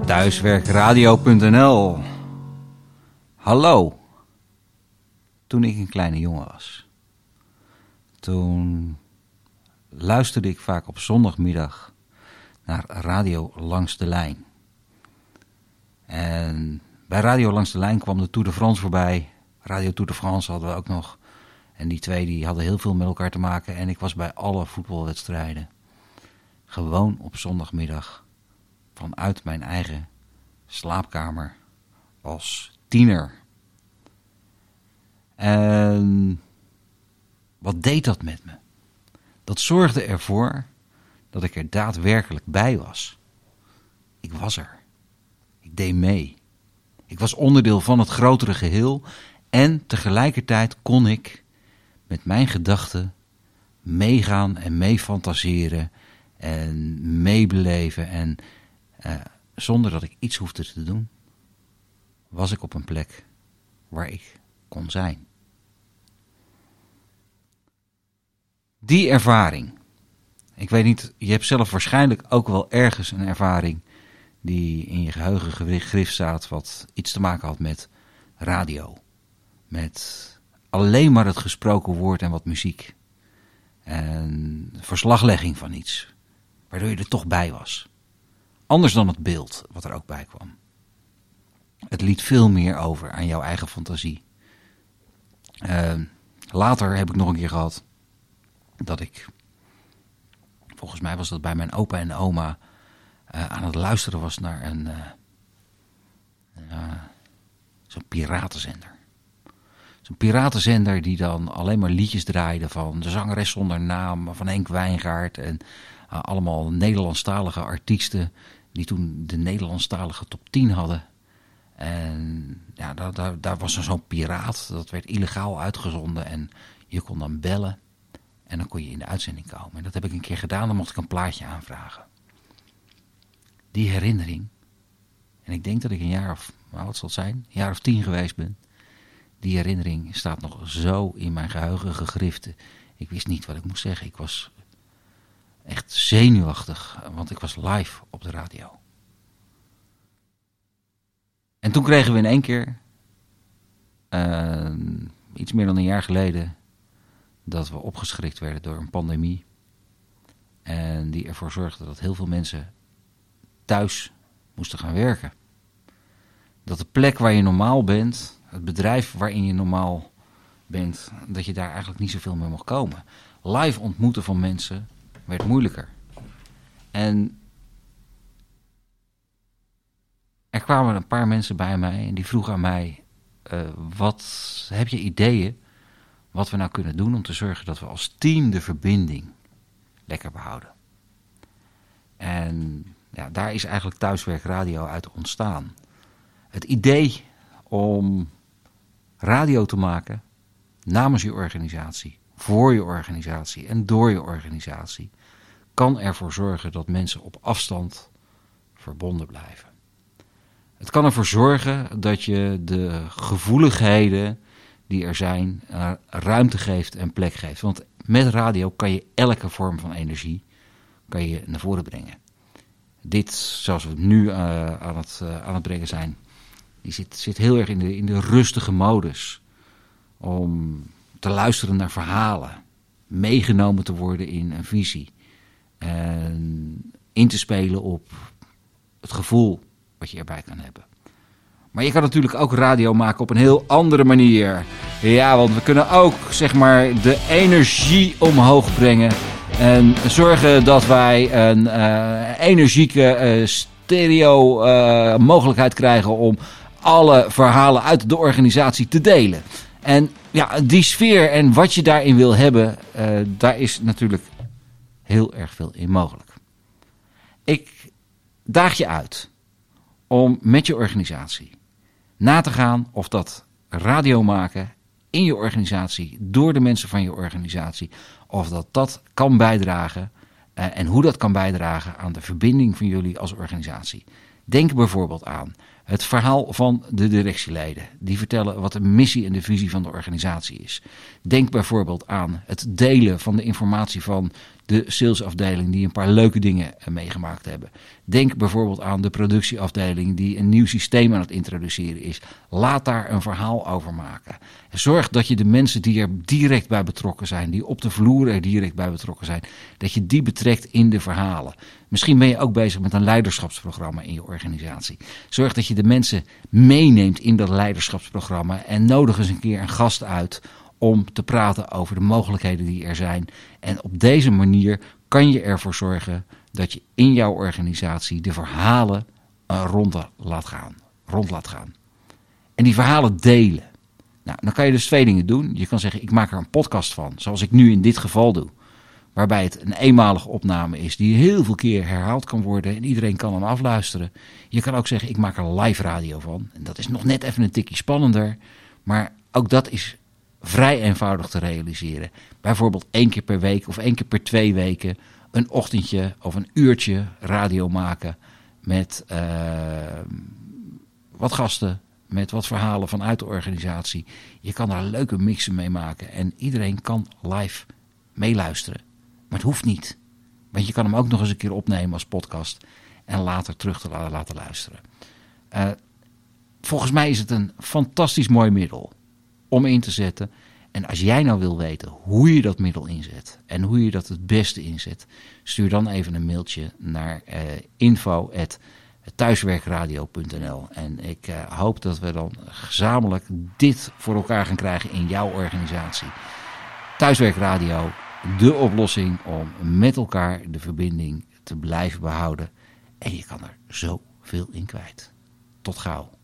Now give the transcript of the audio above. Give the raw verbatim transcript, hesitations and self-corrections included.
thuiswerkradio punt n l. Hallo. Toen ik een kleine jongen was, toen luisterde ik vaak op zondagmiddag naar Radio Langs de Lijn. En bij Radio Langs de Lijn kwam de Tour de France voorbij. Radio Tour de France hadden we ook nog. En die twee die hadden heel veel met elkaar te maken. En ik was bij alle voetbalwedstrijden gewoon op zondagmiddag vanuit mijn eigen slaapkamer als tiener. En wat deed dat met me? Dat zorgde ervoor dat ik er daadwerkelijk bij was. Ik was er. Ik deed mee. Ik was onderdeel van het grotere geheel en tegelijkertijd kon ik met mijn gedachten meegaan en meefantaseren en meebeleven. En uh, zonder dat ik iets hoefde te doen, was ik op een plek waar ik kon zijn. Die ervaring. Ik weet niet, je hebt zelf waarschijnlijk ook wel ergens een ervaring die in je geheugen gegrift staat, wat iets te maken had met radio. Met alleen maar het gesproken woord en wat muziek. En verslaglegging van iets, waardoor je er toch bij was. Anders dan het beeld wat er ook bij kwam. Het liet veel meer over aan jouw eigen fantasie. Uh, later heb ik nog een keer gehad dat ik, volgens mij was dat bij mijn opa en oma, uh, aan het luisteren was naar een uh, uh, zo'n piratenzender. Zo'n piratenzender die dan alleen maar liedjes draaide van de zangeres zonder naam, van Henk Wijngaard en uh, allemaal Nederlandstalige artiesten die toen de Nederlandstalige top tien hadden. En ja, daar, daar, daar was er zo'n piraat, dat werd illegaal uitgezonden en je kon dan bellen en dan kon je in de uitzending komen. En dat heb ik een keer gedaan, dan mocht ik een plaatje aanvragen. Die herinnering, en ik denk dat ik een jaar of, nou, wat zal het zijn, een jaar of tien geweest ben. Die herinnering staat nog zo in mijn geheugen gegrift. Ik wist niet wat ik moest zeggen. Ik was echt zenuwachtig, want ik was live op de radio. En toen kregen we in één keer, uh, iets meer dan een jaar geleden, dat we opgeschrikt werden door een pandemie. En die ervoor zorgde dat heel veel mensen thuis moesten gaan werken. Dat de plek waar je normaal bent, het bedrijf waarin je normaal bent, dat je daar eigenlijk niet zoveel meer mocht komen. Live ontmoeten van mensen werd moeilijker. En er kwamen een paar mensen bij mij en die vroegen aan mij, uh, wat heb je ideeën wat we nou kunnen doen om te zorgen dat we als team de verbinding lekker behouden. En ja, daar is eigenlijk Thuiswerkradio uit ontstaan. Het idee om radio te maken namens je organisatie, voor je organisatie en door je organisatie kan ervoor zorgen dat mensen op afstand verbonden blijven. Het kan ervoor zorgen dat je de gevoeligheden die er zijn uh, ruimte geeft en plek geeft. Want met radio kan je elke vorm van energie kan je naar voren brengen. Dit, zoals we het nu uh, aan, het, uh, aan het brengen zijn, die zit, zit heel erg in de, in de rustige modus. Om te luisteren naar verhalen. Meegenomen te worden in een visie. En in te spelen op het gevoel wat je erbij kan hebben. Maar je kan natuurlijk ook radio maken op een heel andere manier. Ja, want we kunnen ook, zeg maar, de energie omhoog brengen. En zorgen dat wij een uh, energieke uh, stereo uh, mogelijkheid krijgen om alle verhalen uit de organisatie te delen. En ja, die sfeer en wat je daarin wil hebben, uh, daar is natuurlijk heel erg veel in mogelijk. Ik daag je uit om met je organisatie na te gaan of dat radio maken in je organisatie, door de mensen van je organisatie, of dat dat kan bijdragen uh, en hoe dat kan bijdragen aan de verbinding van jullie als organisatie. Denk bijvoorbeeld aan Het verhaal van de directieleden. Die vertellen wat de missie en de visie van de organisatie is. Denk bijvoorbeeld aan het delen van de informatie van de salesafdeling die een paar leuke dingen meegemaakt hebben. Denk bijvoorbeeld aan de productieafdeling die een nieuw systeem aan het introduceren is. Laat daar een verhaal over maken. Zorg dat je de mensen die er direct bij betrokken zijn, die op de vloer er direct bij betrokken zijn, dat je die betrekt in de verhalen. Misschien ben je ook bezig met een leiderschapsprogramma in je organisatie. Zorg dat je de mensen meeneemt in dat leiderschapsprogramma en nodig eens een keer een gast uit om te praten over de mogelijkheden die er zijn. En op deze manier kan je ervoor zorgen dat je in jouw organisatie de verhalen rond laat gaan. Rond laat gaan. En die verhalen delen. Nou, dan kan je dus twee dingen doen. Je kan zeggen, ik maak er een podcast van, zoals ik nu in dit geval doe. Waarbij het een eenmalige opname is die heel veel keer herhaald kan worden en iedereen kan hem afluisteren. Je kan ook zeggen, ik maak er live radio van. En dat is nog net even een tikje spannender. Maar ook dat is vrij eenvoudig te realiseren. Bijvoorbeeld één keer per week of één keer per twee weken een ochtendje of een uurtje radio maken met uh, wat gasten, met wat verhalen vanuit de organisatie. Je kan daar leuke mixen mee maken en iedereen kan live meeluisteren. Maar het hoeft niet. Want je kan hem ook nog eens een keer opnemen als podcast en later terug te laten luisteren. Uh, volgens mij is het een fantastisch mooi middel om in te zetten. En als jij nou wil weten hoe je dat middel inzet en hoe je dat het beste inzet, stuur dan even een mailtje naar uh, info at thuiswerkradio punt n l. En ik uh, hoop dat we dan gezamenlijk dit voor elkaar gaan krijgen in jouw organisatie. Thuiswerkradio, de oplossing om met elkaar de verbinding te blijven behouden. En je kan er zoveel in kwijt. Tot gauw.